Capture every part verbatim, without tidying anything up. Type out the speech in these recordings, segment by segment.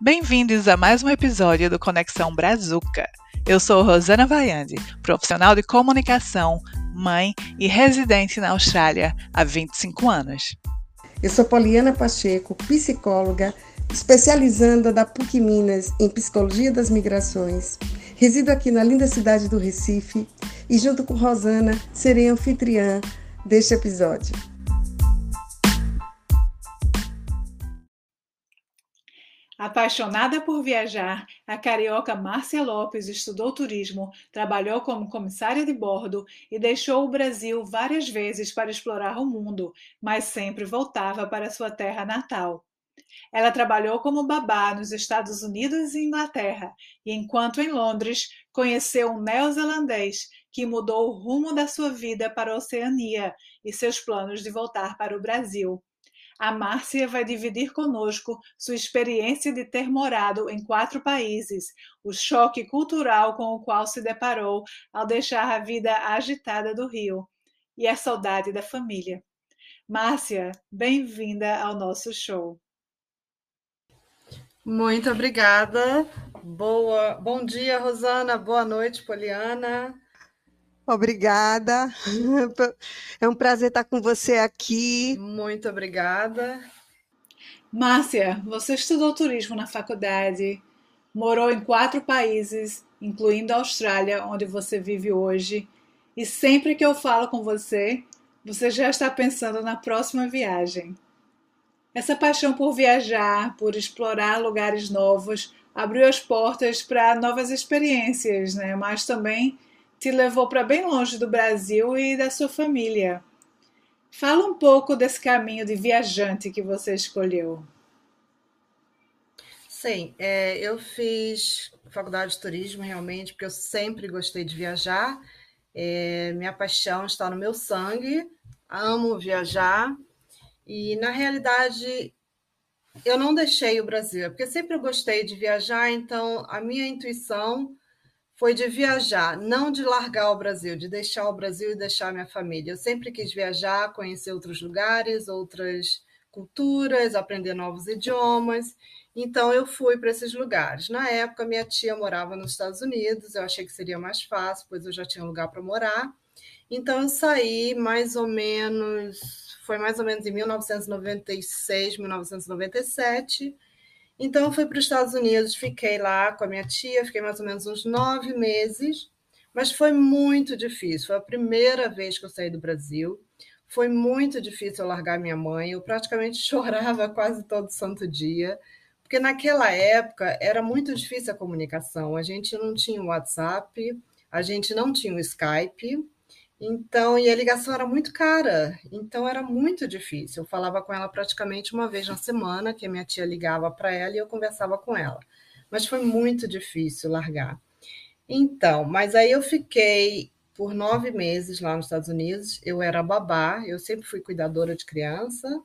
Bem-vindos a mais um episódio do Conexão Brazuca. Eu sou Rosana Vaiande, profissional de comunicação, mãe e residente na Austrália há vinte e cinco anos. Eu sou Poliana Pacheco, psicóloga, especializanda da P U C Minas em Psicologia das Migrações. Resido aqui na linda cidade do Recife e junto com Rosana serei anfitriã deste episódio. Apaixonada por viajar, a carioca Márcia Lopes estudou turismo, trabalhou como comissária de bordo e deixou o Brasil várias vezes para explorar o mundo, mas sempre voltava para sua terra natal. Ela trabalhou como babá nos Estados Unidos e Inglaterra, e enquanto em Londres, conheceu um neozelandês que mudou o rumo da sua vida para a Oceania e seus planos de voltar para o Brasil. A Márcia vai dividir conosco sua experiência de ter morado em quatro países, o choque cultural com o qual se deparou ao deixar a vida agitada do Rio e a saudade da família. Márcia, bem-vinda ao nosso show. Muito obrigada. Boa, bom dia, Rosana. Boa noite, Poliana. Obrigada. É um prazer estar com você aqui. Muito obrigada. Márcia, você estudou turismo na faculdade, morou em quatro países, incluindo a Austrália, onde você vive hoje, e sempre que eu falo com você, você já está pensando na próxima viagem. Essa paixão por viajar, por explorar lugares novos, abriu as portas para novas experiências, né? Mas também te levou para bem longe do Brasil e da sua família. Fala um pouco desse caminho de viajante que você escolheu. Sim, é, eu fiz faculdade de turismo realmente, porque eu sempre gostei de viajar. É, minha paixão está no meu sangue, amo viajar. E, na realidade, eu não deixei o Brasil, porque sempre eu gostei de viajar, então a minha intuição foi de viajar, não de largar o Brasil, de deixar o Brasil e deixar a minha família. Eu sempre quis viajar, conhecer outros lugares, outras culturas, aprender novos idiomas. Então, eu fui para esses lugares. Na época, minha tia morava nos Estados Unidos, eu achei que seria mais fácil, pois eu já tinha um lugar para morar. Então, eu saí mais ou menos, foi mais ou menos em mil novecentos e noventa e seis, mil novecentos e noventa e sete. Então, eu fui para os Estados Unidos, fiquei lá com a minha tia, fiquei mais ou menos uns nove meses, mas foi muito difícil. Foi a primeira vez que eu saí do Brasil. Foi muito difícil eu largar minha mãe. Eu praticamente chorava quase todo santo dia, porque naquela época era muito difícil a comunicação. A gente não tinha o WhatsApp, a gente não tinha o Skype. Então, e a ligação era muito cara, então era muito difícil. Eu falava com ela praticamente uma vez na semana, que a minha tia ligava para ela e eu conversava com ela. Mas foi muito difícil largar. Então, mas aí eu fiquei por nove meses lá nos Estados Unidos. Eu era babá, eu sempre fui cuidadora de criança.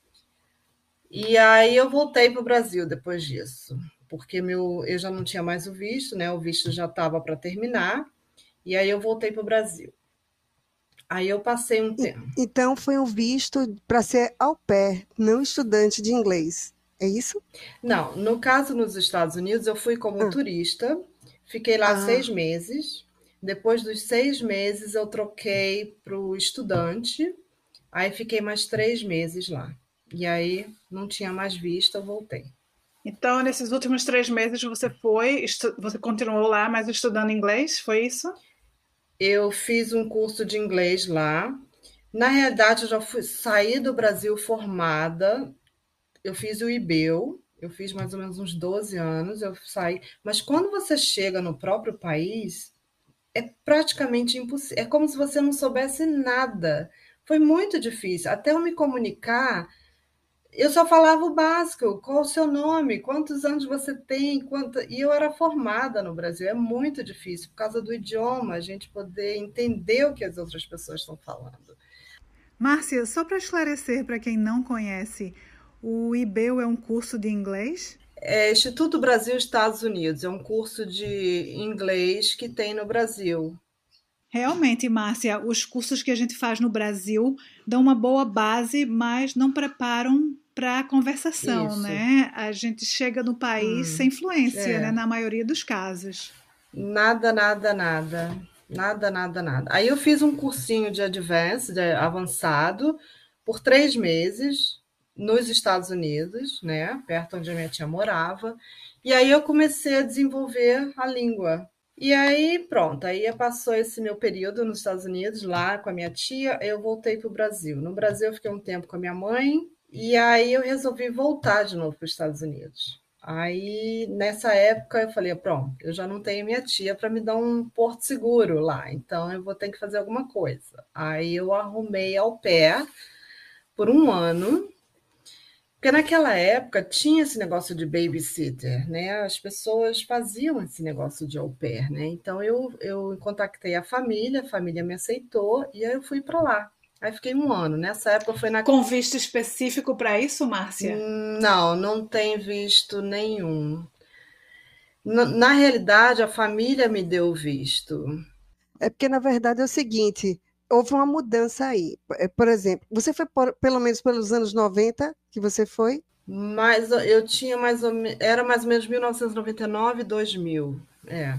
E aí eu voltei para o Brasil depois disso, porque meu, eu já não tinha mais o visto, né? O visto já estava para terminar. E aí eu voltei para o Brasil. Aí eu passei um tempo. Então foi um visto para ser au pair, não estudante de inglês. É isso? Não, no caso nos Estados Unidos eu fui como Ah. turista, fiquei lá Ah. seis meses. Depois dos seis meses eu troquei para o estudante, aí fiquei mais três meses lá. E aí não tinha mais visto, eu voltei. Então, nesses últimos três meses você foi, estu- você continuou lá, mas estudando inglês, foi isso? Eu fiz um curso de inglês lá. Na realidade, eu já fui sair do Brasil formada. Eu fiz o I B E U, eu fiz mais ou menos uns doze anos, eu saí. Mas quando você chega no próprio país, é praticamente impossível. É como se você não soubesse nada. Foi muito difícil. Até eu me comunicar, eu só falava o básico. Qual o seu nome? Quantos anos você tem? Quanto... E eu era formada no Brasil. É muito difícil, por causa do idioma, a gente poder entender o que as outras pessoas estão falando. Márcia, só para esclarecer para quem não conhece, o I B E U é um curso de inglês? É Instituto Brasil Estados Unidos, é um curso de inglês que tem no Brasil. Realmente, Márcia, os cursos que a gente faz no Brasil dão uma boa base, mas não preparam para a conversação, Isso. né? A gente chega no país Hum, sem fluência, é. né? Na maioria dos casos. Nada, nada, nada. Nada, nada, nada. Aí eu fiz um cursinho de advanced, de avançado, por três meses nos Estados Unidos, né? Perto onde a minha tia morava. E aí eu comecei a desenvolver a língua. E aí, pronto, aí passou esse meu período nos Estados Unidos, lá com a minha tia, eu voltei para o Brasil. No Brasil, eu fiquei um tempo com a minha mãe, e aí eu resolvi voltar de novo para os Estados Unidos. Aí, nessa época, eu falei, pronto, eu já não tenho minha tia para me dar um porto seguro lá, então eu vou ter que fazer alguma coisa. Aí eu arrumei au pair por um ano, porque naquela época tinha esse negócio de babysitter, né? As pessoas faziam esse negócio de au pair, né? Então eu, eu contactei a família, a família me aceitou e aí eu fui para lá. Aí fiquei um ano. Nessa época foi na. Com visto específico para isso, Márcia? Não, não tem visto nenhum. Na, na realidade, a família me deu visto. É porque, na verdade, é o seguinte, houve uma mudança aí. É, por exemplo, você foi por, pelo menos pelos anos noventa que você foi? Mas eu tinha mais ou menos. Era mais ou menos mil novecentos e noventa e nove, dois mil. É.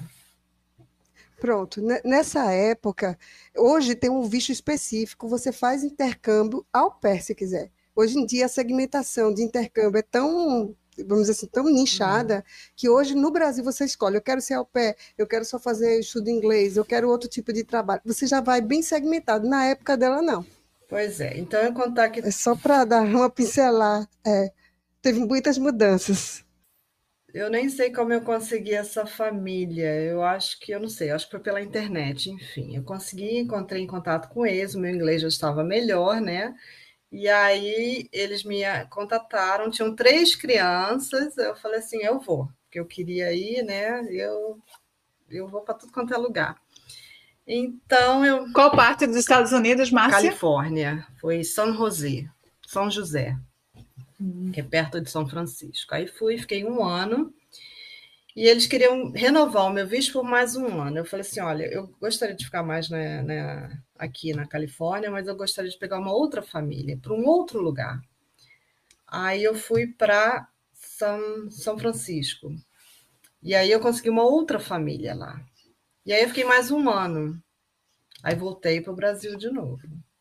Pronto. Nessa época, hoje tem um visto específico, você faz intercâmbio au pair, se quiser. Hoje em dia, a segmentação de intercâmbio é tão, vamos dizer assim, tão nichada, que hoje no Brasil você escolhe, eu quero ser au pair, eu quero só fazer estudo inglês, eu quero outro tipo de trabalho. Você já vai bem segmentado. Na época dela, não. Pois é. Então, eu contactei. É só para dar uma pincelar. É, teve muitas mudanças. Eu nem sei como eu consegui essa família. Eu acho que, eu não sei, acho que foi pela internet, enfim. Eu consegui, encontrei em contato com eles, o meu inglês já estava melhor, né? E aí eles me contataram, tinham três crianças, eu falei assim, eu vou, porque eu queria ir, né? Eu, eu vou para tudo quanto é lugar. Então eu. Qual parte dos Estados Unidos, Márcia? Califórnia, foi São José, São José, hum. que é perto de São Francisco. Aí fui, fiquei um ano. E eles queriam renovar o meu visto por mais um ano. Eu falei assim, olha, eu gostaria de ficar mais na, na, aqui na Califórnia, mas eu gostaria de pegar uma outra família, para um outro lugar. Aí eu fui para São, São Francisco. E aí eu consegui uma outra família lá. E aí eu fiquei mais um ano. Aí voltei para o Brasil de novo.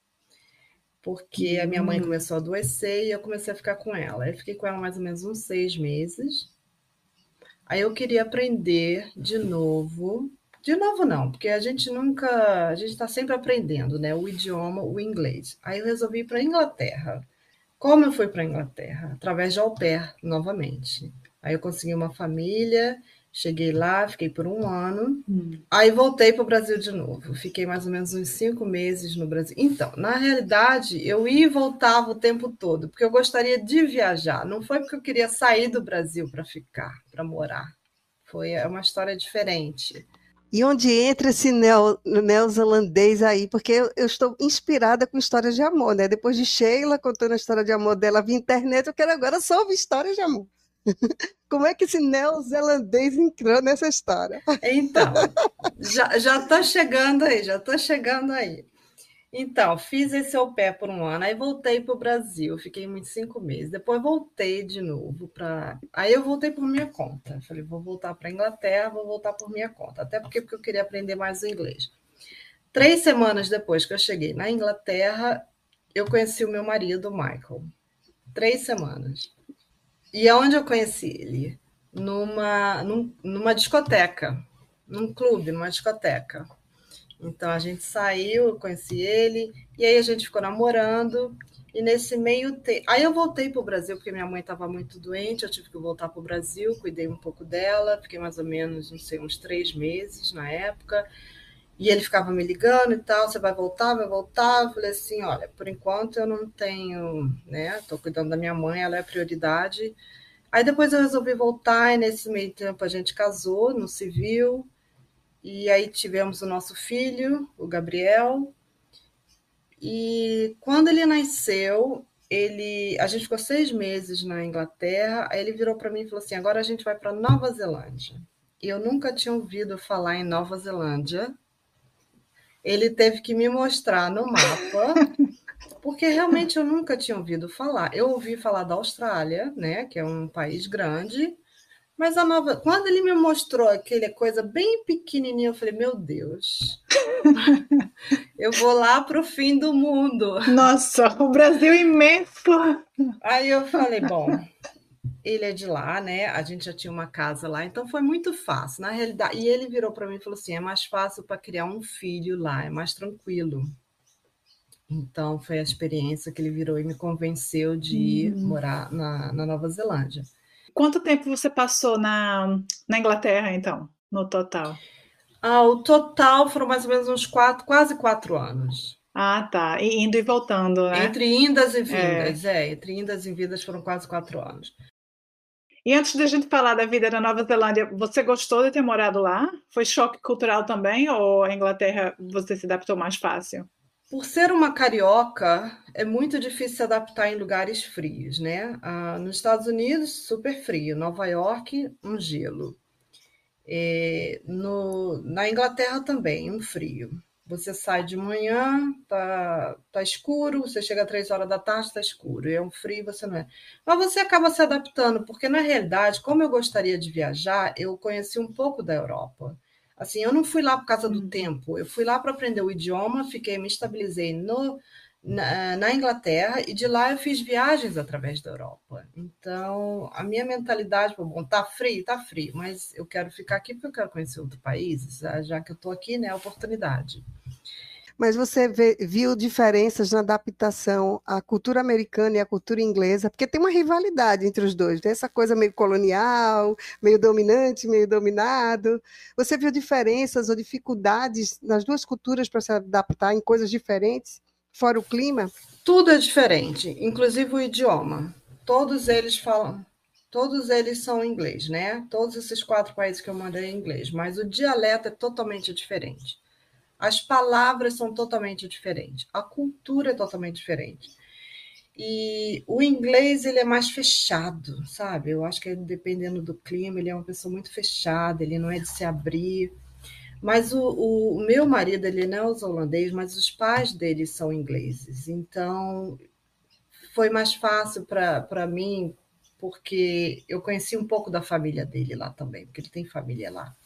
Porque a minha mãe começou a adoecer e eu comecei a ficar com ela. Aí eu fiquei com ela mais ou menos uns seis meses. Aí eu queria aprender de novo. De novo não, porque a gente nunca... A gente está sempre aprendendo, né? O idioma, o inglês. Aí eu resolvi ir para a Inglaterra. Como eu fui para a Inglaterra? Através de au pair, novamente. Aí eu consegui uma família, cheguei lá, fiquei por um ano. Hum. Aí voltei para o Brasil de novo. Fiquei mais ou menos uns cinco meses no Brasil. Então, na realidade, eu ia e voltava o tempo todo, porque eu gostaria de viajar. Não foi porque eu queria sair do Brasil para ficar, para morar. Foi uma história diferente. E onde entra esse neo, neozelandês aí? Porque eu, eu estou inspirada com histórias de amor, né? Depois de Sheila contando a história de amor dela via internet, eu quero agora só ouvir histórias de amor. Como é que esse neozelandês entrou nessa história? Então, já, já tô chegando aí, já tô chegando aí. Então, fiz esse au pair por um ano, aí voltei para o Brasil, fiquei uns cinco meses. Depois voltei de novo para. Aí eu voltei por minha conta. Falei, vou voltar para a Inglaterra, vou voltar por minha conta. Até porque, porque eu queria aprender mais o inglês. Três semanas depois que eu cheguei na Inglaterra, eu conheci o meu marido, Michael. Três semanas. E aonde eu conheci ele? Numa, num, numa discoteca, num clube, numa discoteca. Então, a gente saiu, eu conheci ele, e aí a gente ficou namorando, e nesse meio tempo... Aí eu voltei para o Brasil, porque minha mãe estava muito doente, eu tive que voltar para o Brasil, cuidei um pouco dela, fiquei mais ou menos, não sei, uns três meses na época, e ele ficava me ligando e tal, você vai voltar, vai voltar? Eu falei assim, olha, por enquanto eu não tenho, né, estou cuidando da minha mãe, ela é a prioridade. Aí depois eu resolvi voltar, e nesse meio tempo a gente casou no civil, e aí tivemos o nosso filho, o Gabriel, e quando ele nasceu, ele, a gente ficou seis meses na Inglaterra, aí ele virou para mim e falou assim, agora a gente vai para Nova Zelândia. E eu nunca tinha ouvido falar em Nova Zelândia. Ele teve que me mostrar no mapa, porque realmente eu nunca tinha ouvido falar. Eu ouvi falar da Austrália, né, que é um país grande, mas a Nova, quando ele me mostrou aquela coisa bem pequenininha, eu falei, meu Deus, eu vou lá para o fim do mundo. Nossa, o Brasil é imenso. Aí eu falei, bom, ele é de lá, né? A gente já tinha uma casa lá, então foi muito fácil, na realidade. E ele virou para mim e falou assim: é mais fácil para criar um filho lá, é mais tranquilo. Então foi a experiência que ele virou e me convenceu de ir Uhum. morar na, na Nova Zelândia. Quanto tempo você passou na, na Inglaterra, então, no total? Ah, o total foram mais ou menos uns quatro, quase quatro anos. Ah, tá. E indo e voltando, né? Entre indas e É. vindas, é, entre indas e vindas foram quase quatro anos. E antes da gente falar da vida na Nova Zelândia, você gostou de ter morado lá? Foi choque cultural também? Ou a Inglaterra você se adaptou mais fácil? Por ser uma carioca, é muito difícil se adaptar em lugares frios, né? Ah, nos Estados Unidos, super frio. Nova York, um gelo. É, no, na Inglaterra também, um frio. Você sai de manhã, tá, tá escuro, você chega às três horas da tarde, tá escuro. É um frio, você não é. Mas você acaba se adaptando, porque na realidade, como eu gostaria de viajar, eu conheci um pouco da Europa. Assim, eu não fui lá por causa do Uhum. tempo, eu fui lá para aprender o idioma, fiquei, me estabilizei no, na, na Inglaterra e de lá eu fiz viagens através da Europa. Então, a minha mentalidade, bom, tá frio, tá frio, mas eu quero ficar aqui porque eu quero conhecer outros países, já que eu estou aqui, né, é a oportunidade. Mas você vê, viu diferenças na adaptação à cultura americana e à cultura inglesa? Porque tem uma rivalidade entre os dois, tem essa coisa meio colonial, meio dominante, meio dominado. Você viu diferenças ou dificuldades nas duas culturas para se adaptar em coisas diferentes, fora o clima? Tudo é diferente, inclusive o idioma. Todos eles falam, todos eles são inglês, né? Todos esses quatro países que eu mandei em inglês, mas o dialeto é totalmente diferente. As palavras são totalmente diferentes, a cultura é totalmente diferente. E o inglês, ele é mais fechado, sabe? Eu acho que dependendo do clima, ele é uma pessoa muito fechada, ele não é de se abrir. Mas o, o, o meu marido, ele não é holandês, mas os pais dele são ingleses. Então, foi mais fácil para mim, porque eu conheci um pouco da família dele lá também, porque ele tem família lá.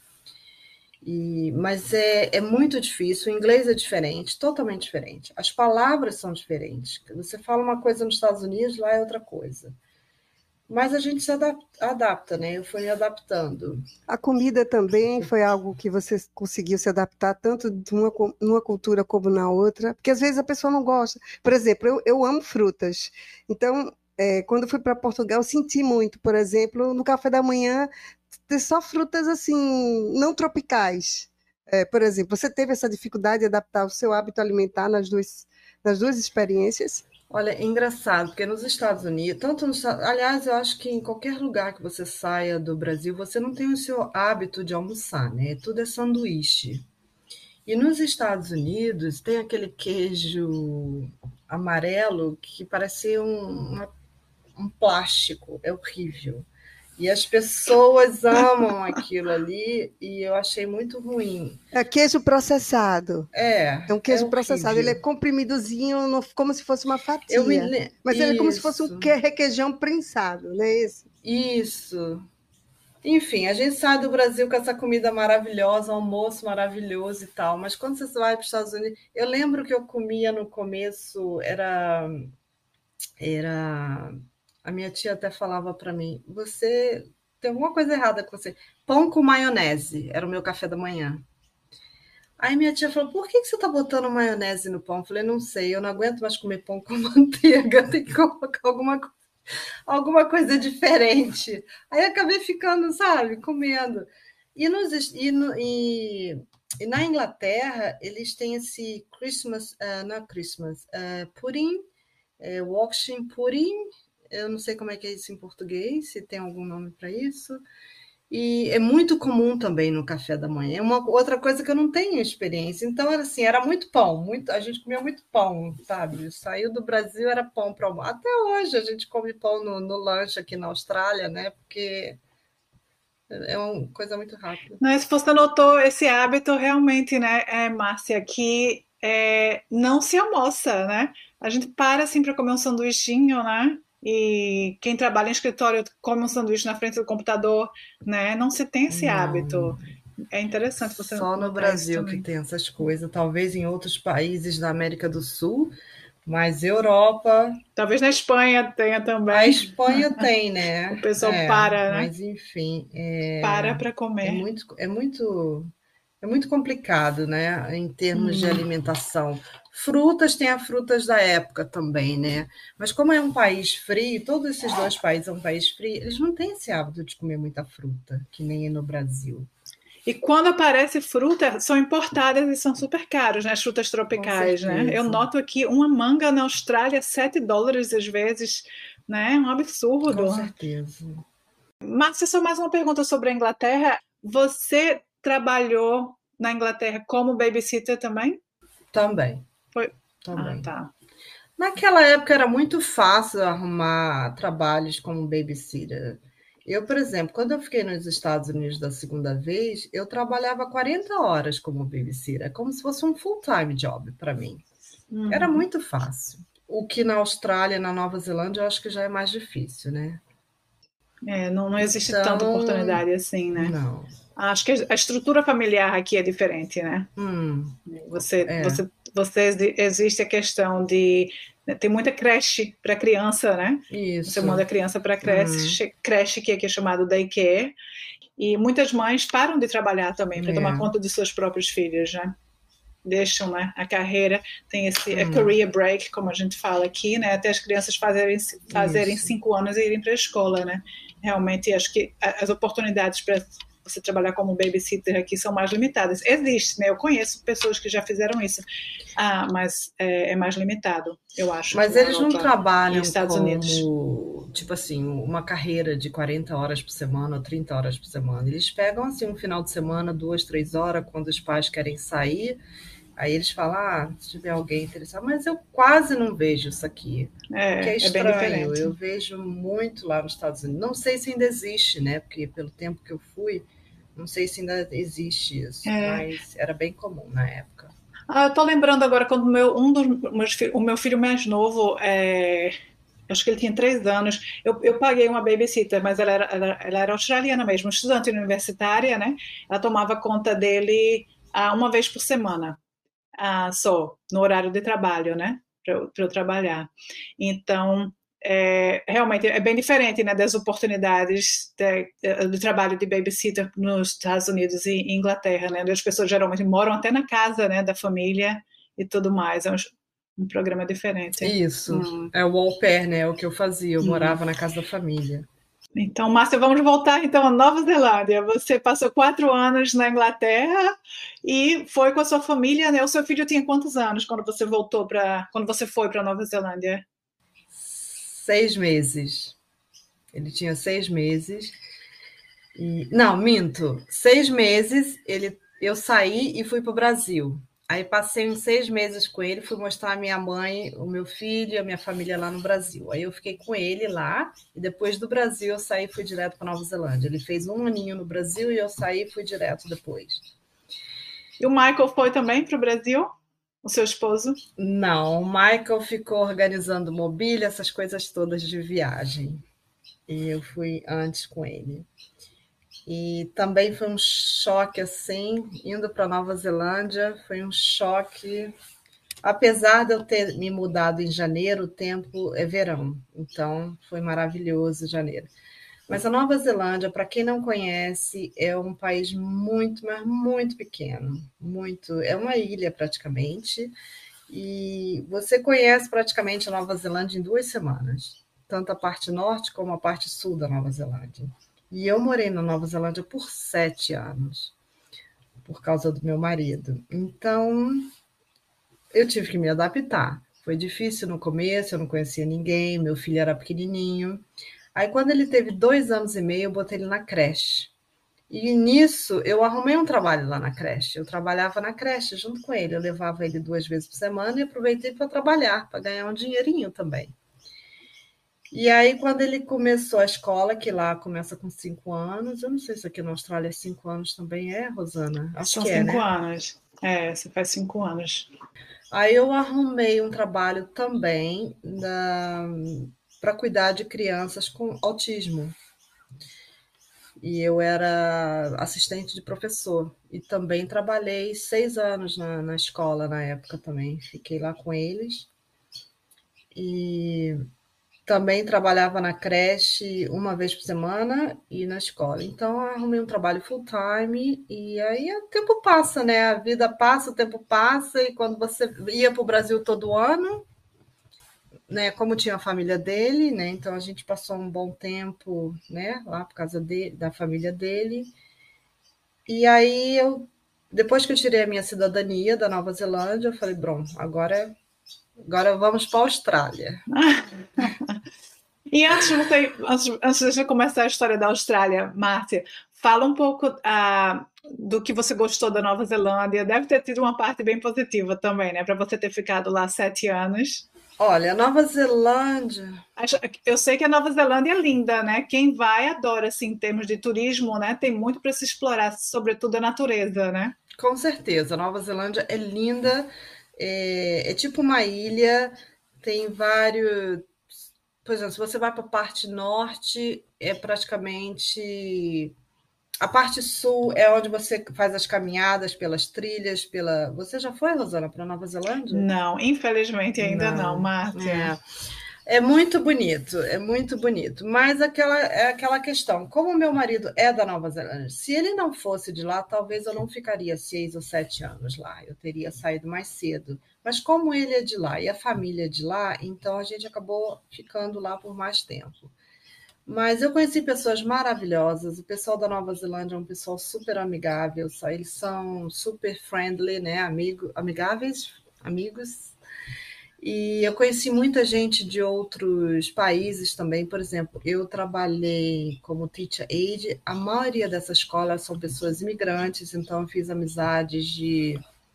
E, mas é, é muito difícil, o inglês é diferente, totalmente diferente. As palavras são diferentes. Você fala uma coisa nos Estados Unidos, lá é outra coisa. Mas a gente se adapta, adapta, né? Eu fui me adaptando. A comida também foi algo que você conseguiu se adaptar tanto numa, numa cultura como na outra, porque às vezes a pessoa não gosta. Por exemplo, eu, eu amo frutas. Então, é, quando fui para Portugal, eu senti muito, por exemplo, no café da manhã, ter só frutas assim, não tropicais. É, por exemplo, você teve essa dificuldade de adaptar o seu hábito alimentar nas duas, nas duas experiências? Olha, é engraçado, porque nos Estados Unidos, tanto nos, aliás, eu acho que em qualquer lugar que você saia do Brasil, você não tem o seu hábito de almoçar, né? Tudo é sanduíche. E nos Estados Unidos tem aquele queijo amarelo que parece um, uma, um plástico, é horrível. E as pessoas amam aquilo ali e eu achei muito ruim. É queijo processado. É, É um é queijo processado. Ele é horrível. comprimidozinho, no, como se fosse uma Eu fatia. me... Mas ele é como se fosse um Isso, requeijão prensado, não é isso? isso. Enfim, a gente sai do Brasil com essa comida maravilhosa, almoço maravilhoso e tal, mas quando você vai para os Estados Unidos, eu lembro que eu comia no começo, era, era, a minha tia até falava para mim, você tem alguma coisa errada com você. Pão com maionese, era o meu café da manhã. Aí minha tia falou, por que você está botando maionese no pão? Eu falei, não sei, eu não aguento mais comer pão com manteiga, tem que colocar alguma coisa. Alguma coisa diferente. Aí acabei ficando, sabe, comendo. E, nos, e, no, e, e na Inglaterra, eles têm esse Christmas, uh, não é Christmas, uh, pudding, uh, Yorkshire pudding, eu não sei como é que é isso em português, se tem algum nome para isso. E é muito comum também no café da manhã. É uma outra coisa que eu não tenho experiência. Então, era assim, era muito pão. Muito, a gente comia muito pão, sabe? Saiu do Brasil, era pão para almoço. Até hoje a gente come pão no, no lanche aqui na Austrália, né? Porque é uma coisa muito rápida. Mas você notou esse hábito realmente, né, é, Márcia, que é, não se almoça, né? A gente para assim para comer um sanduichinho, né? E quem trabalha em escritório come um sanduíche na frente do computador, né? Não se tem esse Não, hábito. É interessante você só no notar isso Brasil que também. tem essas coisas, talvez em outros países da América do Sul, mas Europa, Talvez na Espanha tenha a também. Espanha tem, O né? pessoal É, para, né? mas enfim, é, Para para é comer. muito, é muito, é muito complicado, né? Em termos de Hum. alimentação. Frutas tem as frutas da época também, né? Mas como é um país frio, todos esses dois países são um país frio, eles não têm esse hábito de comer muita fruta, que nem no Brasil. E quando aparece fruta, são importadas e são super caros, né? As frutas Com tropicais, né? Eu certeza, noto aqui uma manga na Austrália, sete dólares às vezes, né? Um com absurdo. certeza. Márcia, só mais uma pergunta sobre a Inglaterra. Você trabalhou na Inglaterra como babysitter também? Também, Foi. Ah, também. tá. Naquela época era muito fácil arrumar trabalhos como babysitter. Eu, por exemplo, quando eu fiquei nos Estados Unidos da segunda vez, eu trabalhava quarenta horas como babysitter, é como se fosse um full-time job para mim. Era Uhum. muito fácil. O que na Austrália, na Nova Zelândia, eu acho que já é mais difícil, né? É, não, não existe tanta Então, oportunidade assim, né? não. Acho que a estrutura familiar aqui é diferente, né? Hum, Você, é, você, você existe a questão de né, tem muita creche para criança, né? Você isso. manda a criança para Hum, creche, creche que aqui é chamado daycare, e muitas mães param de trabalhar também para tomar é. conta de seus próprios filhos, né? Deixam, né, a carreira, tem esse a Hum, career break, como a gente fala aqui, né? Até as crianças fazerem, fazerem isso. cinco anos e irem para a escola, né? Realmente, acho que as oportunidades para você trabalhar como babysitter aqui são mais limitadas. Existe, né? Eu conheço pessoas que já fizeram isso, ah, mas é, é mais limitado, eu acho, que Mas na eles não Europa e trabalham Estados Unidos. como, tipo assim, uma carreira de quarenta horas por semana ou trinta horas por semana. Eles pegam, assim, um final de semana, duas, três horas, quando os pais querem sair. Aí eles falam, ah, se tiver alguém interessado. Mas eu quase não vejo isso aqui. O que é É, é bem estranho. diferente. Eu vejo muito lá nos Estados Unidos. Não sei se ainda existe, né? Porque pelo tempo que eu fui, não sei se ainda existe isso. É. Mas era bem comum na época. Ah, eu tô lembrando agora quando meu, um dos meus filhos, o meu filho mais novo, é, acho que ele tinha três anos, eu, eu paguei uma babysitter, mas ela era, ela, ela era australiana mesmo, estudante universitária, né? Ela tomava conta dele ah, uma vez por semana, ah, só, no horário de trabalho, né? Para eu, pra eu trabalhar. Então, é, realmente é bem diferente, né, das oportunidades de, de trabalho de babysitter nos Estados Unidos e Inglaterra, né, onde as pessoas geralmente moram até na casa, né, da família e tudo mais. É um, um programa diferente. Isso. Hum, É o au pair, né? É o que eu fazia. Eu hum. morava na casa da família. Então, Márcia, vamos voltar então à Nova Zelândia. Você passou quatro anos na Inglaterra e foi com a sua família, né? O seu filho tinha quantos anos quando você voltou para, quando você foi para Nova Zelândia? Seis meses. Ele tinha seis meses. E... Não, minto. Seis meses ele... eu saí e fui para o Brasil. Aí passei uns seis meses com ele, fui mostrar a minha mãe, o meu filho e a minha família lá no Brasil. Aí eu fiquei com ele lá, e depois do Brasil eu saí e fui direto para Nova Zelândia. Ele fez um aninho no Brasil e eu saí e fui direto depois. E o Michael foi também para o Brasil? O seu esposo? Não, o Michael ficou organizando mobília, essas coisas todas de viagem. E eu fui antes com ele. E também foi um choque assim, indo para Nova Zelândia, foi um choque. Apesar de eu ter me mudado em janeiro, o tempo é verão, então foi maravilhoso janeiro. Mas a Nova Zelândia, para quem não conhece, é um país muito, mas muito pequeno, muito, é uma ilha praticamente, e você conhece praticamente a Nova Zelândia em duas semanas, tanto a parte norte como a parte sul da Nova Zelândia. E eu morei na Nova Zelândia por sete anos, por causa do meu marido. Então, eu tive que me adaptar. Foi difícil no começo, eu não conhecia ninguém, meu filho era pequenininho. Aí, quando ele teve dois anos e meio, eu botei ele na creche. E nisso, eu arrumei um trabalho lá na creche. Eu trabalhava na creche junto com ele. Eu levava ele duas vezes por semana e aproveitei para trabalhar, para ganhar um dinheirinho também. E aí, quando ele começou a escola, que lá começa com cinco anos, eu não sei se aqui na Austrália é cinco anos também é, Rosana? Acho São que é, cinco né? anos. É, você faz cinco anos. Aí eu arrumei um trabalho também para cuidar de crianças com autismo. E eu era assistente de professor. E também trabalhei seis anos na, na escola na época também. Fiquei lá com eles. E também trabalhava na creche uma vez por semana e na escola. Então, eu arrumei um trabalho full time e aí o tempo passa, né? A vida passa, o tempo passa, e quando você ia para o Brasil todo ano, né? Como tinha a família dele, né? Então a gente passou um bom tempo, né? Lá por causa de, da família dele. E aí eu, depois que eu tirei a minha cidadania da Nova Zelândia, eu falei, bom, agora, agora vamos para a Austrália. E antes de você, antes, antes de começar a história da Austrália, Márcia, fala um pouco ah, do que você gostou da Nova Zelândia. Deve ter tido uma parte bem positiva também, né? Para você ter ficado lá sete anos. Olha, a Nova Zelândia. Eu sei que a Nova Zelândia é linda, né? Quem vai adora, assim, em termos de turismo, né? Tem muito para se explorar, sobretudo a natureza, né? Com certeza, a Nova Zelândia é linda, é, é tipo uma ilha, tem vários. Por exemplo, se você vai para a parte norte, é praticamente. A parte sul é onde você faz as caminhadas pelas trilhas, pela. Você já foi, Rosana, para a Nova Zelândia? Não, infelizmente ainda não, Não. Márcia. É. É muito bonito, é muito bonito. Mas aquela, é aquela questão, como meu marido é da Nova Zelândia, se ele não fosse de lá, talvez eu não ficaria seis ou sete anos lá. Eu teria saído mais cedo. Mas como ele é de lá e a família é de lá, então a gente acabou ficando lá por mais tempo. Mas eu conheci pessoas maravilhosas. O pessoal da Nova Zelândia é um pessoal super amigável. Eles são super friendly, né? Amigo, amigáveis, amigos. E eu conheci muita gente de outros países também. Por exemplo, eu trabalhei como teacher aide. A maioria dessas escolas são pessoas imigrantes, então eu fiz amizades de,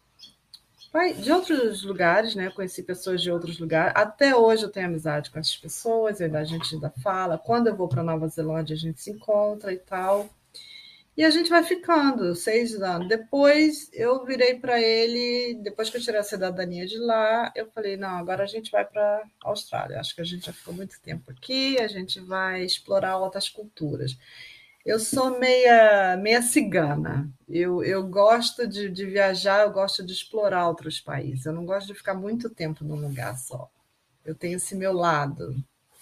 de outros lugares, né? Conheci pessoas de outros lugares. Até hoje eu tenho amizade com essas pessoas, a gente ainda fala. Quando eu vou para Nova Zelândia, a gente se encontra e tal. E a gente vai ficando, seis anos. Depois eu virei para ele, depois que eu tirei a cidadania de lá, eu falei, não, agora a gente vai para a Austrália. Acho que a gente já ficou muito tempo aqui, a gente vai explorar outras culturas. Eu sou meia, meia cigana. Eu, eu gosto de, de viajar, eu gosto de explorar outros países. Eu não gosto de ficar muito tempo num lugar só. Eu tenho esse meu lado.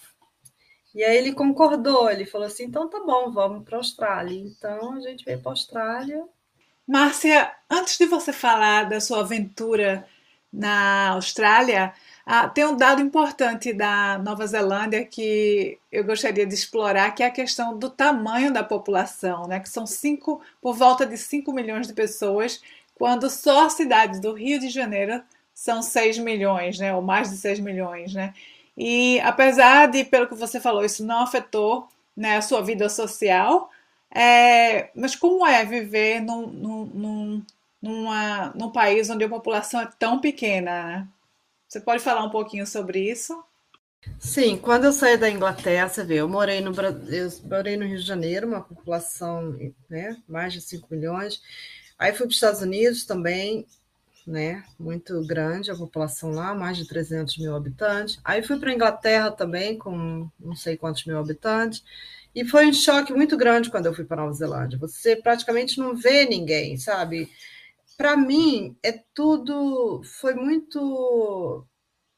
E aí ele concordou, ele falou assim, então tá bom, vamos para a Austrália. Então a gente veio para a Austrália. Márcia, antes de você falar da sua aventura na Austrália, ah, tem um dado importante da Nova Zelândia que eu gostaria de explorar, que é a questão do tamanho da população, né? Que são cinco, por volta de cinco milhões de pessoas, quando só a cidade do Rio de Janeiro são seis milhões, né? Ou mais de seis milhões, né? E apesar de, pelo que você falou, isso não afetou, né, a sua vida social, é, mas como é viver num, num, num, numa, num país onde a população é tão pequena, né? Você pode falar um pouquinho sobre isso? Sim, quando eu saí da Inglaterra, você vê, eu morei no, eu morei no Rio de Janeiro, uma população, né, mais de cinco milhões. Aí fui para os Estados Unidos também, né, muito grande a população lá, mais de trezentos mil habitantes. Aí fui para a Inglaterra também, com não sei quantos mil habitantes. E foi um choque muito grande quando eu fui para Nova Zelândia. Você praticamente não vê ninguém, sabe? Para mim, é tudo. Foi muito.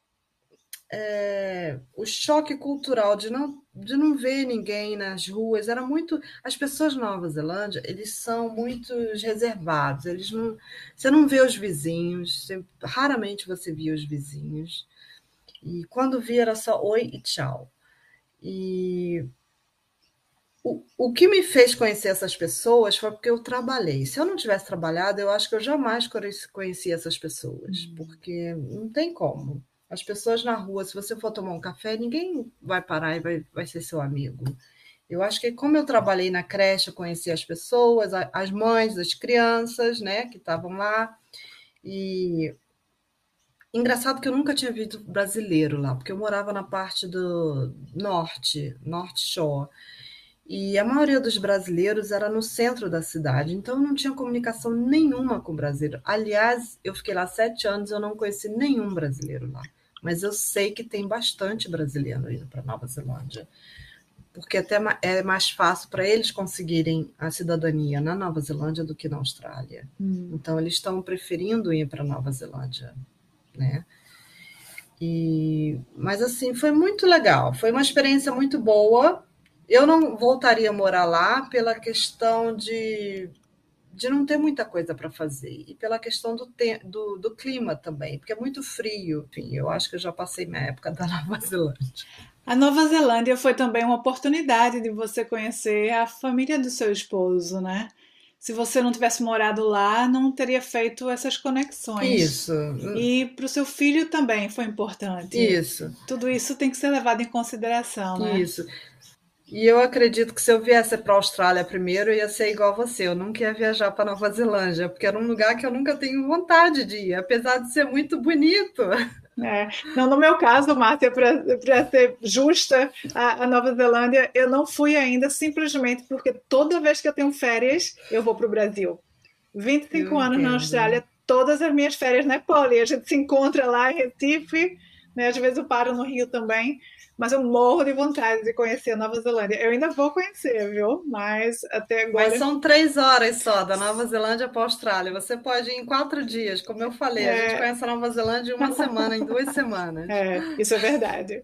É, o choque cultural de não, de não ver ninguém nas ruas era muito. As pessoas na Nova Zelândia, eles são muito reservados. Eles não, você não vê os vizinhos, você, raramente você via os vizinhos. E quando via era só oi e tchau. E O, o que me fez conhecer essas pessoas foi porque eu trabalhei. Se eu não tivesse trabalhado, eu acho que eu jamais conheci essas pessoas, porque não tem como. As pessoas na rua, se você for tomar um café, ninguém vai parar e vai, vai ser seu amigo. Eu acho que como eu trabalhei na creche, eu conheci as pessoas, as mães das crianças, né, que estavam lá. E engraçado que eu nunca tinha visto brasileiro lá, porque eu morava na parte do norte, North Shore. E a maioria dos brasileiros era no centro da cidade, então eu não tinha comunicação nenhuma com o brasileiro. Aliás, eu fiquei lá sete anos, eu não conheci nenhum brasileiro lá. Mas eu sei que tem bastante brasileiro indo para Nova Zelândia, porque até é mais fácil para eles conseguirem a cidadania na Nova Zelândia do que na Austrália. Hum. Então, eles estão preferindo ir para Nova Zelândia, né? E, mas, assim, foi muito legal. Foi uma experiência muito boa. Eu não voltaria a morar lá pela questão de, de não ter muita coisa para fazer e pela questão do, te, do, do clima também, porque é muito frio. Enfim, eu acho que eu já passei minha época da Nova Zelândia. A Nova Zelândia foi também uma oportunidade de você conhecer a família do seu esposo, né? Se você não tivesse morado lá, não teria feito essas conexões. Isso. E para o seu filho também foi importante. Isso. Tudo isso tem que ser levado em consideração, né? Isso. E eu acredito que se eu viesse para a Austrália primeiro, eu ia ser igual você. Eu nunca ia viajar para Nova Zelândia, porque era um lugar que eu nunca tenho vontade de ir, apesar de ser muito bonito. É. Não, no meu caso, Márcia, para ser justa, a, a Nova Zelândia, eu não fui ainda simplesmente porque toda vez que eu tenho férias, eu vou para o Brasil. vinte e cinco eu anos entendo. Na Austrália, todas as minhas férias na Poli. A gente se encontra lá em Recife, né? Às vezes eu paro no Rio também. Mas eu morro de vontade de conhecer a Nova Zelândia. Eu ainda vou conhecer, viu? Mas até agora... Mas são três horas só, da Nova Zelândia para a Austrália. Você pode ir em quatro dias, como eu falei. É... A gente conhece a Nova Zelândia em uma semana, em duas semanas. É, isso é verdade.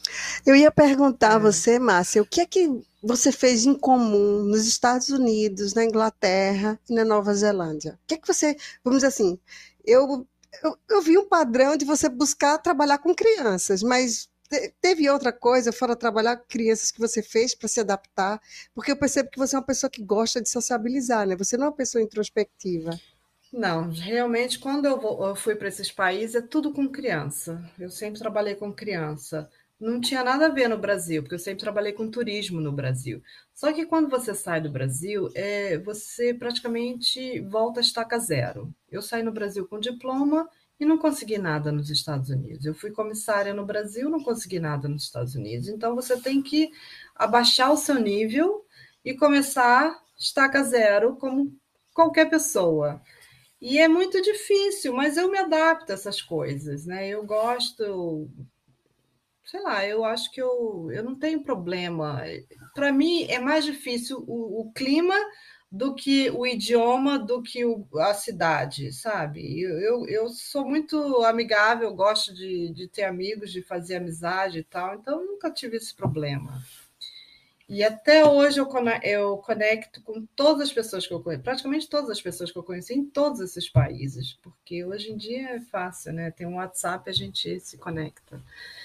Eu ia perguntar é. a você, Márcia, o que é que você fez em comum nos Estados Unidos, na Inglaterra e na Nova Zelândia? O que é que você... Vamos dizer assim, eu, eu, eu vi um padrão de você buscar trabalhar com crianças, mas... Teve outra coisa, fora trabalhar com crianças, que você fez para se adaptar? Porque eu percebo que você é uma pessoa que gosta de sociabilizar, né? Você não é uma pessoa introspectiva. Não, realmente, quando eu, vou, eu fui para esses países, é tudo com criança. Eu sempre trabalhei com criança. Não tinha nada a ver no Brasil, porque eu sempre trabalhei com turismo no Brasil. Só que quando você sai do Brasil, é, você praticamente volta a estaca zero. Eu saí no Brasil com diploma e não consegui nada nos Estados Unidos. Eu fui comissária no Brasil, não consegui nada nos Estados Unidos. Então, você tem que abaixar o seu nível e começar estaca zero, como qualquer pessoa. E é muito difícil, mas eu me adapto a essas coisas, né? Eu gosto... Sei lá, eu acho que eu, eu não tenho problema. Para mim, é mais difícil o, o clima do que o idioma, do que o, a cidade, sabe? Eu, eu, eu sou muito amigável, gosto de, de ter amigos, de fazer amizade e tal, então nunca tive esse problema. E até hoje eu, eu conecto com todas as pessoas que eu conheço, praticamente todas as pessoas que eu conheci em todos esses países, porque hoje em dia é fácil, né? Tem um WhatsApp, a gente se conecta.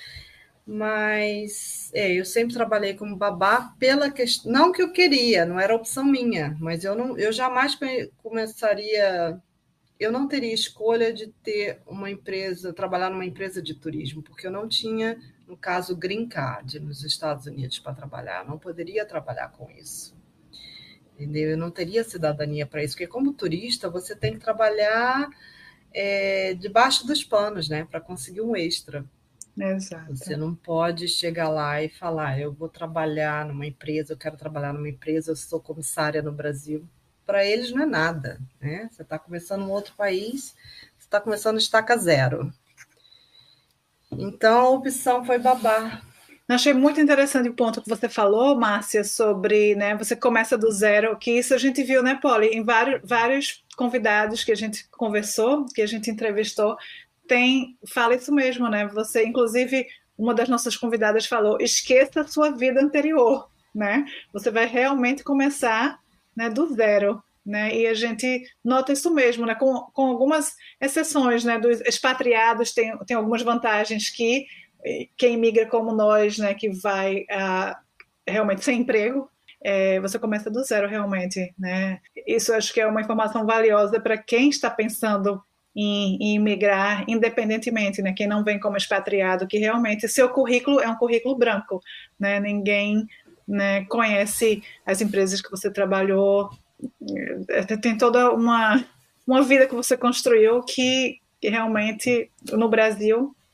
Mas é, eu sempre trabalhei como babá pela questão, não que eu queria, não era opção minha, mas eu, não, eu jamais começaria, eu não teria escolha de ter uma empresa, trabalhar numa empresa de turismo, porque eu não tinha, no caso, green card nos Estados Unidos para trabalhar, não poderia trabalhar com isso. Entendeu? Eu não teria cidadania para isso, porque como turista você tem que trabalhar é, debaixo dos panos, né, para conseguir um extra. Exato. Você não pode chegar lá e falar, eu vou trabalhar numa empresa, eu quero trabalhar numa empresa, eu sou comissária no Brasil. Para eles não é nada, né? Você está começando em um outro país, você está começando estaca zero. Então, a opção foi babá. Eu achei muito interessante o ponto que você falou, Márcia, sobre, né, você começa do zero, que isso a gente viu, né, Polly, em vários, vários convidados que a gente conversou, que a gente entrevistou, tem, fala isso mesmo, né? Você, inclusive, uma das nossas convidadas falou, esqueça a sua vida anterior, né? Você vai realmente começar, né, do zero, né? E a gente nota isso mesmo, né? Com, com algumas exceções, né? Dos expatriados tem, tem algumas vantagens que quem migra como nós, né? Que vai uh, realmente sem emprego, é, você começa do zero realmente, né? Isso acho que é uma informação valiosa para quem está pensando Em, em migrar independentemente, né? Quem não vem como expatriado, que realmente seu currículo é um currículo branco, né? Ninguém, né, conhece as empresas que você trabalhou, tem toda uma, uma vida que você construiu que, que realmente no Brasil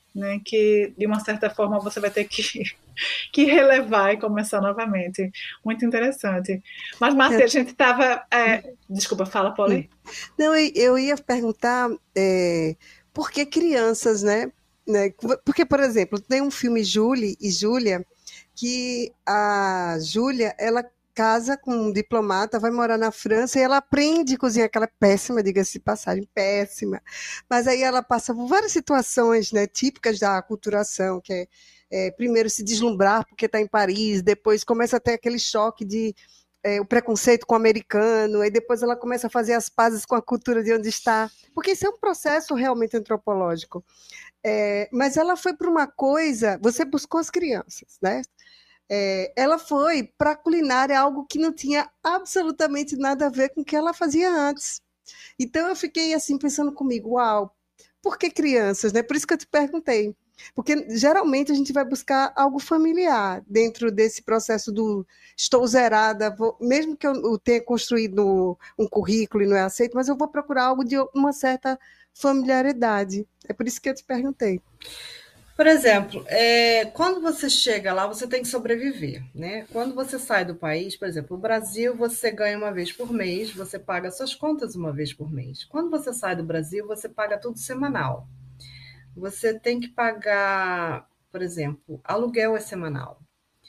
né, que de uma certa forma você vai ter que, que relevar e começar novamente. Muito interessante. Mas, Márcia, a gente estava. É... Desculpa, fala, Hum. Polly. Não, eu eu ia perguntar é, por que crianças, né? Né? Porque, por exemplo, tem um filme Julie e Júlia, que a Júlia, ela casa com um diplomata, vai morar na França e ela aprende a cozinhar aquela péssima, diga-se de passagem, péssima. Mas aí ela passa por várias situações, né, típicas da aculturação, que é, é primeiro se deslumbrar porque está em Paris, depois começa a ter aquele choque de é, o preconceito com o americano, aí depois ela começa a fazer as pazes com a cultura de onde está, porque isso é um processo realmente antropológico. É, mas ela foi para uma coisa, você buscou as crianças, né? É, ela foi para a culinária, algo que não tinha absolutamente nada a ver com o que ela fazia antes. Então eu fiquei assim pensando comigo, uau, por que crianças, né? Por isso que eu te perguntei. Porque geralmente a gente vai buscar algo familiar dentro desse processo do estou zerada, vou, mesmo que eu tenha construído um currículo e não é aceito, mas eu vou procurar algo de uma certa familiaridade. É por isso que eu te perguntei. Por exemplo, é, quando você chega lá, você tem que sobreviver, né? Quando você sai do país, por exemplo, o Brasil, você ganha uma vez por mês, você paga suas contas uma vez por mês. Quando você sai do Brasil, você paga tudo semanal. Você tem que pagar, por exemplo, aluguel é semanal.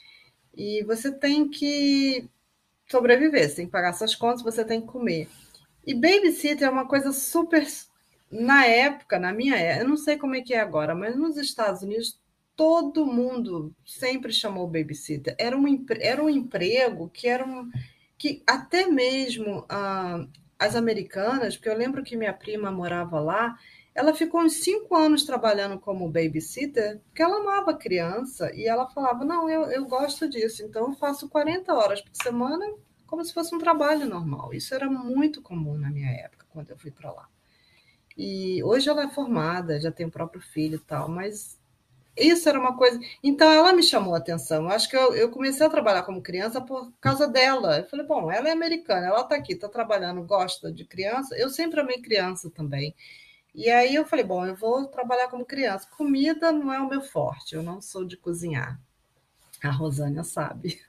E você tem que sobreviver, você tem que pagar suas contas, você tem que comer. E babysitter é uma coisa super. Na época, na minha época, eu não sei como é que é agora, mas nos Estados Unidos todo mundo sempre chamou babysitter. Era um, era um emprego que era um. Que até mesmo ah, as americanas, porque eu lembro que minha prima morava lá, ela ficou uns cinco anos trabalhando como babysitter, porque ela amava criança, e ela falava, não, eu, eu gosto disso, então eu faço quarenta horas por semana como se fosse um trabalho normal. Isso era muito comum na minha época, quando eu fui para lá. E hoje ela é formada, já tem o próprio filho e tal, mas isso era uma coisa. Então ela me chamou a atenção. Eu acho que eu, eu comecei a trabalhar como criança por causa dela. Eu falei, bom, ela é americana, ela está aqui, está trabalhando, gosta de criança. Eu sempre amei criança também. E aí eu falei, bom, eu vou trabalhar como criança. Comida não é o meu forte, eu não sou de cozinhar. A Rosânia sabe.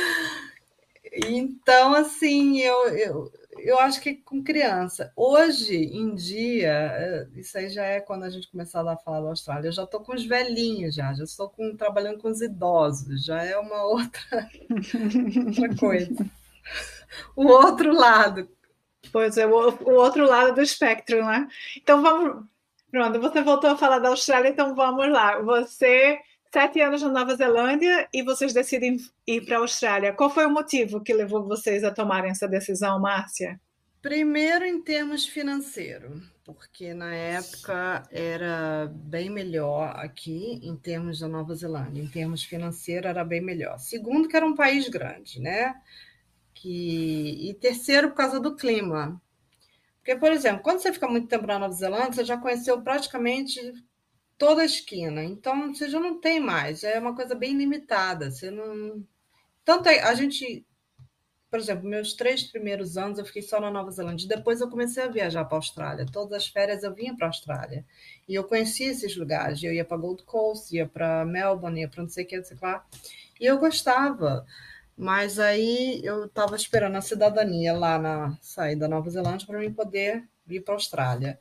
Então, assim, eu, eu, eu acho que com criança. Hoje em dia, isso aí já é quando a gente começar a falar da Austrália. Eu já estou com os velhinhos, já, já estou com, trabalhando com os idosos, já é uma outra, outra coisa. O outro lado. Pois é, o, o outro lado do espectro, né? Então vamos. Pronto, você voltou a falar da Austrália, então vamos lá. Você, sete anos na Nova Zelândia e vocês decidem ir para a Austrália. Qual foi o motivo que levou vocês a tomarem essa decisão, Márcia? Primeiro, em termos financeiros, porque na época era bem melhor aqui, em termos da Nova Zelândia, em termos financeiros era bem melhor. Segundo, que era um país grande, né? Que... E terceiro, por causa do clima. Porque, por exemplo, quando você fica muito tempo na Nova Zelândia, você já conheceu praticamente toda a esquina, então você já não tem mais, é uma coisa bem limitada. Você não. Tanto a gente. Por exemplo, meus três primeiros anos eu fiquei só na Nova Zelândia. Depois eu comecei a viajar para a Austrália. Todas as férias eu vinha para a Austrália. E eu conhecia esses lugares. Eu ia para Gold Coast, ia para Melbourne, ia para não sei o que, não sei o que lá. E eu gostava. Mas aí eu estava esperando a cidadania lá na saída da Nova Zelândia para mim poder vir para a Austrália.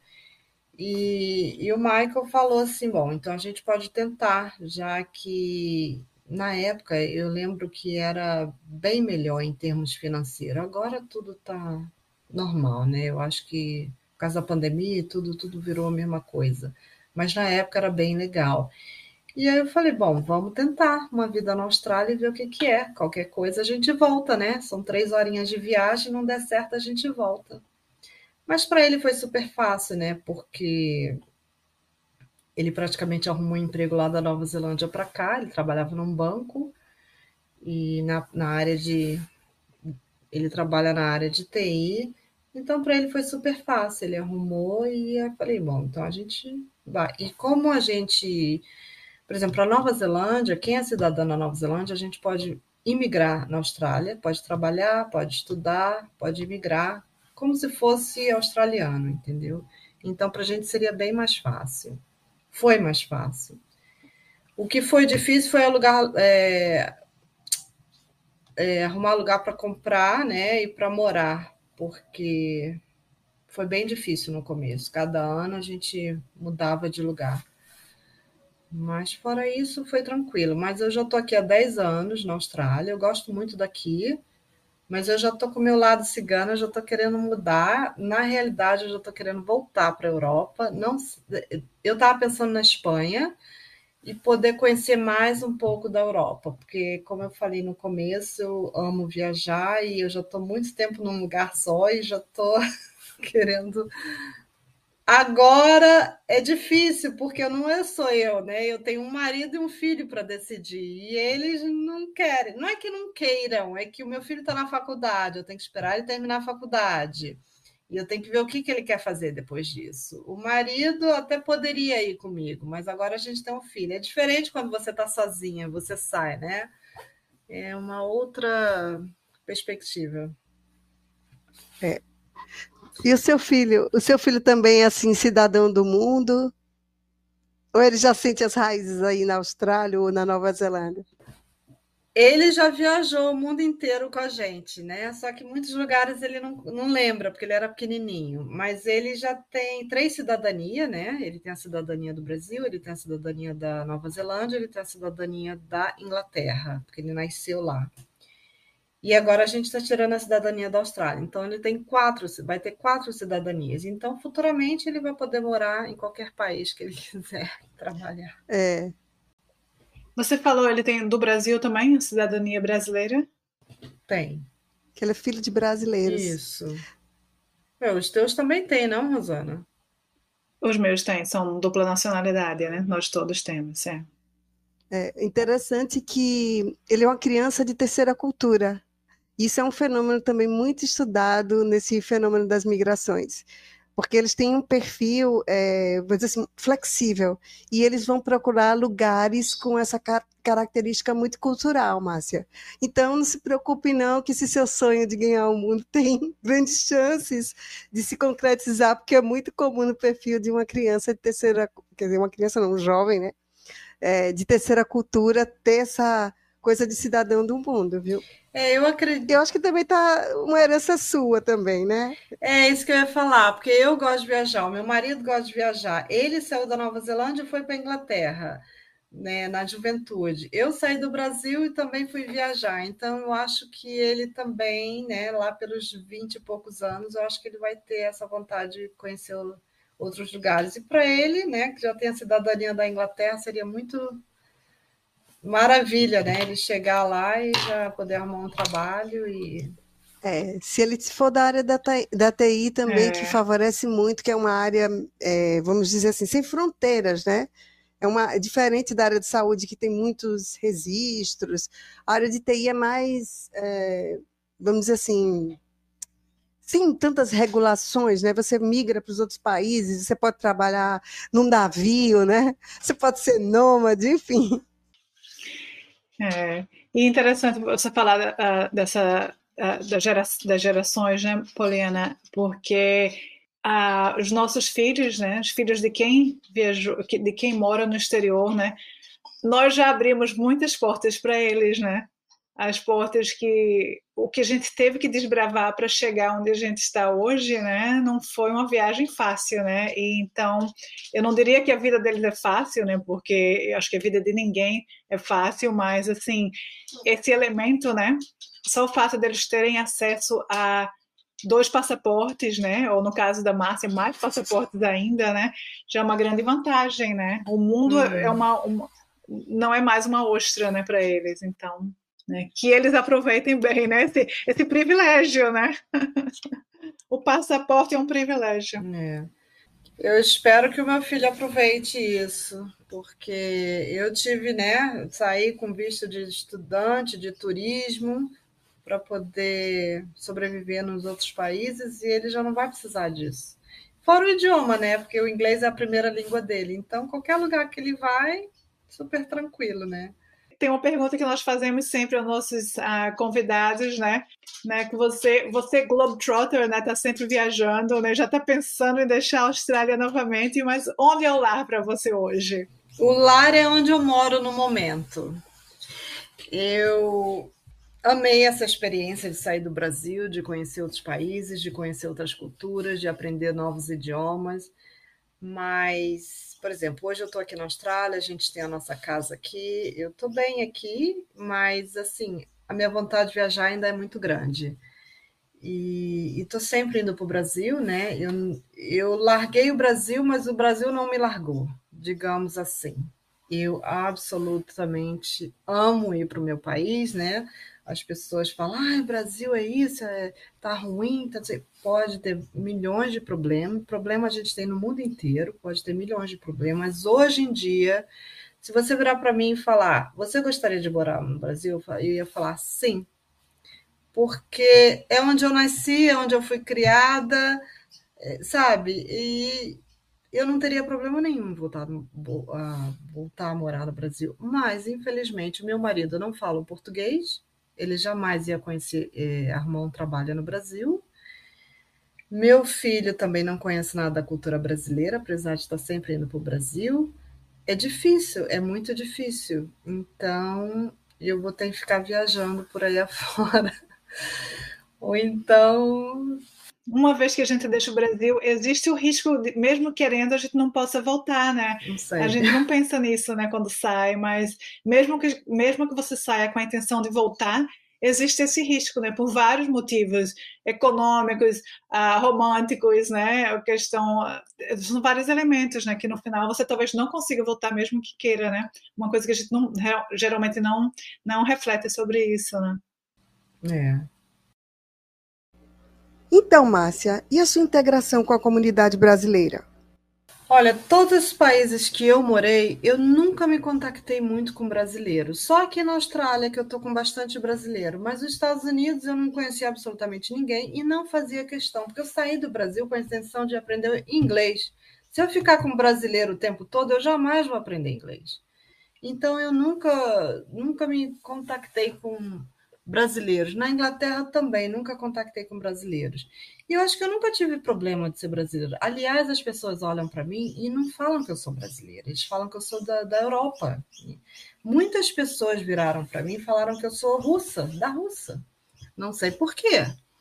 E, e o Michael falou assim: bom, então a gente pode tentar, já que na época eu lembro que era bem melhor em termos financeiros. Agora tudo está normal, né? Eu acho que por causa da pandemia tudo, tudo virou a mesma coisa. Mas na época era bem legal. E aí eu falei, bom, vamos tentar uma vida na Austrália e ver o que, que é. Qualquer coisa a gente volta, né? São três horinhas de viagem, não der certo a gente volta. Mas para ele foi super fácil, né? Porque ele praticamente arrumou um emprego lá da Nova Zelândia para cá. Ele trabalhava num banco e na, na área de. Ele trabalha na área de T I. Então, para ele foi super fácil. Ele arrumou e eu falei, bom, então a gente vai. E como a gente. Por exemplo, para a Nova Zelândia, quem é cidadã da Nova Zelândia, a gente pode imigrar na Austrália, pode trabalhar, pode estudar, pode imigrar, como se fosse australiano, entendeu? Então, para a gente seria bem mais fácil. foi mais fácil. O que foi difícil foi alugar, é, é, arrumar lugar para comprar, né, e para morar, porque foi bem difícil no começo. Cada ano a gente mudava de lugar. Mas fora isso, foi tranquilo. Mas eu já estou aqui há dez anos na Austrália, eu gosto muito daqui, mas eu já estou com o meu lado cigano, eu já estou querendo mudar. Na realidade, eu já estou querendo voltar para a Europa. Não, eu estava pensando na Espanha e poder conhecer mais um pouco da Europa, porque, como eu falei no começo, eu amo viajar e eu já estou muito tempo num lugar só e já estou querendo. Agora é difícil, porque não é só eu, né? Eu tenho um marido e um filho para decidir, e eles não querem. Não é que não queiram, é que o meu filho está na faculdade, eu tenho que esperar ele terminar a faculdade. E eu tenho que ver o que, que ele quer fazer depois disso. O marido até poderia ir comigo, mas agora a gente tem um filho. É diferente quando você está sozinha, você sai, né? É uma outra perspectiva. É. E o seu filho? O seu filho também é assim, cidadão do mundo? Ou ele já sente as raízes aí na Austrália ou na Nova Zelândia? Ele já viajou o mundo inteiro com a gente, né? Só que muitos lugares ele não, não lembra, porque ele era pequenininho. Mas ele já tem três cidadanias, né? Ele tem a cidadania do Brasil, ele tem a cidadania da Nova Zelândia, ele tem a cidadania da Inglaterra, porque ele nasceu lá. E agora a gente está tirando a cidadania da Austrália. Então ele tem quatro, vai ter quatro cidadanias. Então, futuramente, ele vai poder morar em qualquer país que ele quiser trabalhar. É. Você falou, ele tem do Brasil também, a cidadania brasileira? Tem. Que ele é filho de brasileiros. Isso. É, os teus também têm, não, Rosana? Os meus têm, são dupla nacionalidade, né? Nós todos temos, é. É interessante que ele é uma criança de terceira cultura. Isso é um fenômeno também muito estudado nesse fenômeno das migrações, porque eles têm um perfil, é, vou dizer assim, flexível, e eles vão procurar lugares com essa car característica muito cultural, Márcia. Então, não se preocupe não que esse seu sonho de ganhar o mundo tem grandes chances de se concretizar, porque é muito comum no perfil de uma criança de terceira, quer dizer, uma criança não, um jovem, né, é, de terceira cultura, ter essa coisa de cidadão do mundo, viu? É, eu acredito. Eu acho que também tá uma herança sua também, né? É isso que eu ia falar, porque eu gosto de viajar, o meu marido gosta de viajar. Ele saiu da Nova Zelândia e foi para a Inglaterra, né, na juventude. Eu saí do Brasil e também fui viajar, então eu acho que ele também, né, lá pelos vinte e poucos anos, eu acho que ele vai ter essa vontade de conhecer outros lugares. E para ele, né, que já tem a cidadania da Inglaterra, seria muito maravilha, né, ele chegar lá e já poder arrumar um trabalho e... É, se ele for da área da, da T I também, É. que favorece muito, que é uma área, é, vamos dizer assim, sem fronteiras, né? É uma, é diferente da área de saúde, que tem muitos registros. A área de T I é mais, é, vamos dizer assim, sem tantas regulações, né? Você migra para os outros países, você pode trabalhar num navio, né? Você pode ser nômade, enfim. É. E interessante você falar uh, dessa uh, da gera, das gerações, né, Poliana? Porque uh, os nossos filhos, né, os filhos de quem viajou, de quem mora no exterior, né, nós já abrimos muitas portas para eles, né? As portas que o que a gente teve que desbravar para chegar onde a gente está hoje, né? Não foi uma viagem fácil, né? E então eu não diria que a vida deles é fácil, né? Porque eu acho que a vida de ninguém é fácil, mas assim esse elemento, né? Só o fato deles terem acesso a dois passaportes, né? Ou no caso da Márcia, mais passaportes ainda, né? Já é uma grande vantagem, né? O mundo hum. é uma, uma não é mais uma ostra, né? Para eles, então. Né, que eles aproveitem bem, né, esse, esse privilégio, né? O passaporte é um privilégio. É. Eu espero que o meu filho aproveite isso, porque eu tive, né, saí com visto de estudante, de turismo, para poder sobreviver nos outros países, e ele já não vai precisar disso. Fora o idioma, né, porque o inglês é a primeira língua dele, então qualquer lugar que ele vai, super tranquilo, né? tem uma pergunta que nós fazemos sempre aos nossos uh, convidados, né? né? Que você, você globetrotter, né? Tá sempre viajando, né? Já está pensando em deixar a Austrália novamente, mas onde é o lar para você hoje? O lar é onde eu moro no momento. Eu amei essa experiência de sair do Brasil, de conhecer outros países, de conhecer outras culturas, de aprender novos idiomas. Mas, por exemplo, hoje eu estou aqui na Austrália, a gente tem a nossa casa aqui, eu estou bem aqui, mas, assim, a minha vontade de viajar ainda é muito grande. E estou sempre indo para o Brasil, né? Eu, eu larguei o Brasil, mas o Brasil não me largou, digamos assim. Eu absolutamente amo ir para o meu país, né? As pessoas falam, ah, o Brasil é isso, é, tá ruim, tá... pode ter milhões de problemas, problema a gente tem no mundo inteiro, pode ter milhões de problemas, mas hoje em dia, se você virar para mim e falar, você gostaria de morar no Brasil? Eu ia falar sim, porque é onde eu nasci, é onde eu fui criada, sabe? E eu não teria problema nenhum em voltar a, voltar a morar no Brasil, mas, infelizmente, o meu marido não fala português, ele jamais ia conhecer, eh, arrumar um trabalho no Brasil. Meu filho também não conhece nada da cultura brasileira, apesar de estar sempre indo para o Brasil. É difícil, é muito difícil. Então, eu vou ter que ficar viajando por aí afora. Ou então... Uma vez que a gente deixa o Brasil, existe o risco, de, mesmo querendo, a gente não possa voltar, né? Não sei. A gente não pensa nisso, né, quando sai, mas mesmo que, mesmo que você saia com a intenção de voltar, existe esse risco, né, por vários motivos econômicos, uh, românticos, né, a questão, uh, são vários elementos, né, que no final você talvez não consiga voltar mesmo que queira, né? Uma coisa que a gente não, geralmente não, não reflete sobre isso, né? É. Então, Márcia, e a sua integração com a comunidade brasileira? Olha, todos os países que eu morei, eu nunca me contactei muito com brasileiros. Só aqui na Austrália que eu tô com bastante brasileiro, mas nos Estados Unidos eu não conhecia absolutamente ninguém e não fazia questão, porque eu saí do Brasil com a intenção de aprender inglês. Se eu ficar com brasileiro o tempo todo, eu jamais vou aprender inglês. Então eu nunca, nunca me contactei com brasileiros. Na Inglaterra também, nunca contactei com brasileiros. E eu acho que eu nunca tive problema de ser brasileira. Aliás, as pessoas olham para mim e não falam que eu sou brasileira, eles falam que eu sou da, da Europa. Muitas pessoas viraram para mim e falaram que eu sou russa, da Rússia. Não sei por quê,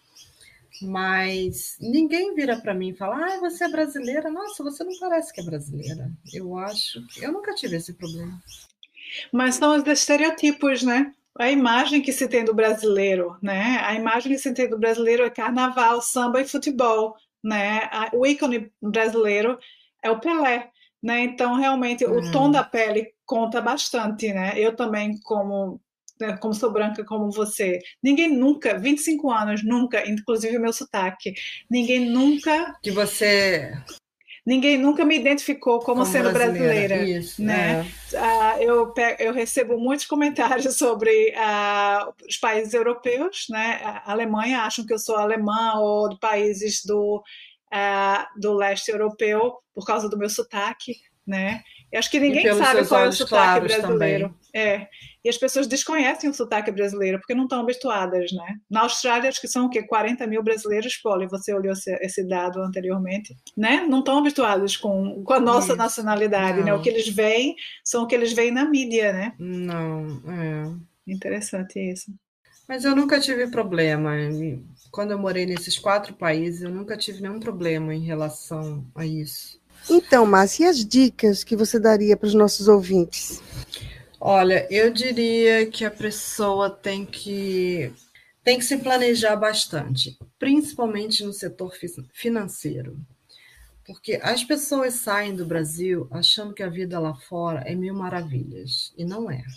mas ninguém vira para mim e fala, ah, você é brasileira? Nossa, você não parece que é brasileira. Eu acho que eu nunca tive esse problema. Mas são os estereotipos, né? A imagem que se tem do brasileiro, né? A imagem que se tem do brasileiro é carnaval, samba e futebol, né? O ícone brasileiro é o Pelé, né? Então, realmente, hum. o tom da pele conta bastante, né? Eu também, como, né, como sou branca como você, ninguém nunca, vinte e cinco anos, nunca, inclusive o meu sotaque, ninguém nunca... Que você... Ninguém nunca me identificou como, como sendo brasileira, brasileira Isso, né? É. Uh, eu, eu recebo muitos comentários sobre uh, os países europeus, né? A Alemanha, acham que eu sou alemã ou de países do, uh, do leste europeu por causa do meu sotaque, né? Eu acho que ninguém sabe qual é o sotaque brasileiro. É. E as pessoas desconhecem o sotaque brasileiro porque não estão habituadas, né? Na Austrália, acho que são o quê? quarenta mil brasileiros, Polly, você olhou esse, esse dado anteriormente, né? Não estão habituados com, com a nossa Isso. nacionalidade, não. né? O que eles veem são o que eles veem na mídia, né? Não, é. Interessante isso. Mas eu nunca tive problema. Quando eu morei nesses quatro países, eu nunca tive nenhum problema em relação a isso. Então, Márcia, e as dicas que você daria para os nossos ouvintes? Olha, eu diria que a pessoa tem que, tem que se planejar bastante, principalmente no setor financeiro. Porque as pessoas saem do Brasil achando que a vida lá fora é mil maravilhas, e não é.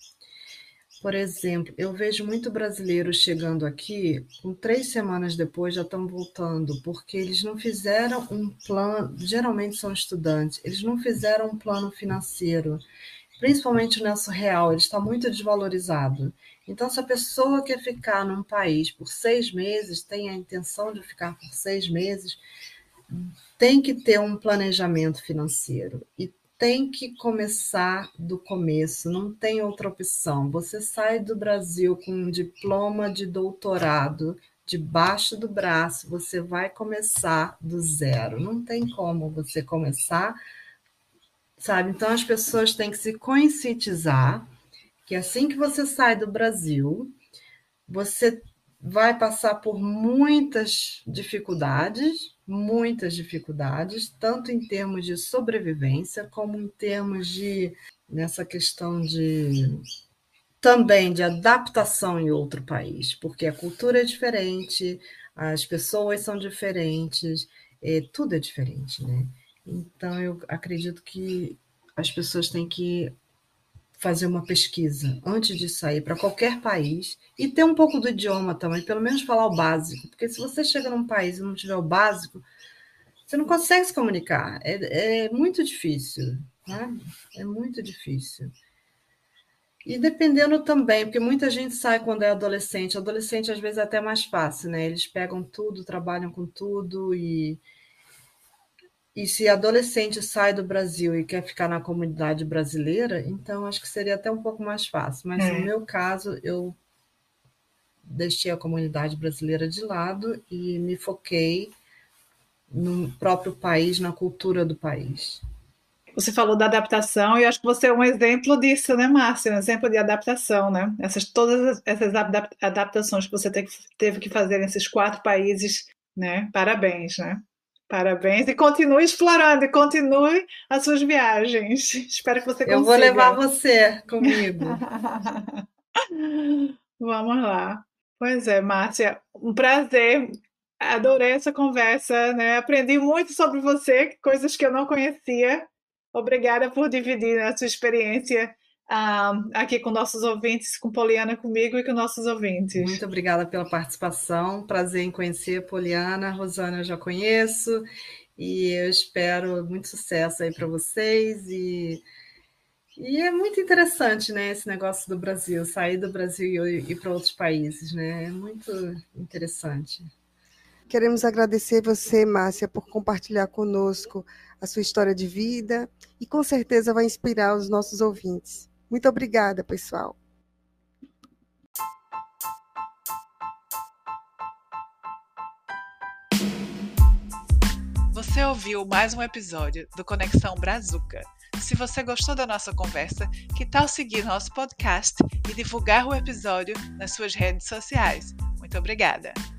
Por exemplo, eu vejo muito brasileiros chegando aqui, com três semanas depois já estão voltando, porque eles não fizeram um plano, geralmente são estudantes, eles não fizeram um plano financeiro, principalmente o nosso real, ele está muito desvalorizado. Então, se a pessoa quer ficar num país por seis meses, tem a intenção de ficar por seis meses, tem que ter um planejamento financeiro. E tem que começar do começo, não tem outra opção. Você sai do Brasil com um diploma de doutorado debaixo do braço, você vai começar do zero. Não tem como você começar, sabe? Então as pessoas têm que se conscientizar que assim que você sai do Brasil, você vai passar por muitas dificuldades, muitas dificuldades, tanto em termos de sobrevivência, como em termos de, nessa questão de, também de adaptação em outro país, porque a cultura é diferente, as pessoas são diferentes, é, tudo é diferente, né? Então, eu acredito que as pessoas têm que fazer uma pesquisa antes de sair para qualquer país e ter um pouco do idioma também, pelo menos falar o básico, porque se você chega num país e não tiver o básico, você não consegue se comunicar, é, é muito difícil, né? É muito difícil. E dependendo também, porque muita gente sai quando é adolescente, adolescente às vezes é até mais fácil, né? Eles pegam tudo, trabalham com tudo e E se adolescente sai do Brasil e quer ficar na comunidade brasileira, então acho que seria até um pouco mais fácil. Mas É. no meu caso, eu deixei a comunidade brasileira de lado e me foquei no próprio país, na cultura do país. Você falou da adaptação e eu acho que você é um exemplo disso, né, Márcia? Um exemplo de adaptação, né? Essas, todas essas adap- adaptações que você te- teve que fazer nesses quatro países, né? Parabéns, né? Parabéns e continue explorando e continue as suas viagens. Espero que você Eu vou levar consiga. você comigo. Vamos lá. Pois é, Márcia, um prazer. Adorei essa conversa, né? Aprendi muito sobre você, coisas que eu não conhecia. Obrigada por dividir a sua experiência ah, aqui com nossos ouvintes, com Poliana, comigo e com nossos ouvintes. Muito obrigada pela participação. Prazer em conhecer a Poliana. A Rosana eu já conheço e eu espero muito sucesso aí para vocês e E é muito interessante, né, esse negócio do Brasil, sair do Brasil e ir para outros países, né? É muito interessante. Queremos agradecer você, Márcia, por compartilhar conosco a sua história de vida e com certeza vai inspirar os nossos ouvintes. Muito obrigada, pessoal. Você ouviu mais um episódio do Conexão Brazuca. Se você gostou da nossa conversa, que tal seguir nosso podcast e divulgar o episódio nas suas redes sociais? Muito obrigada!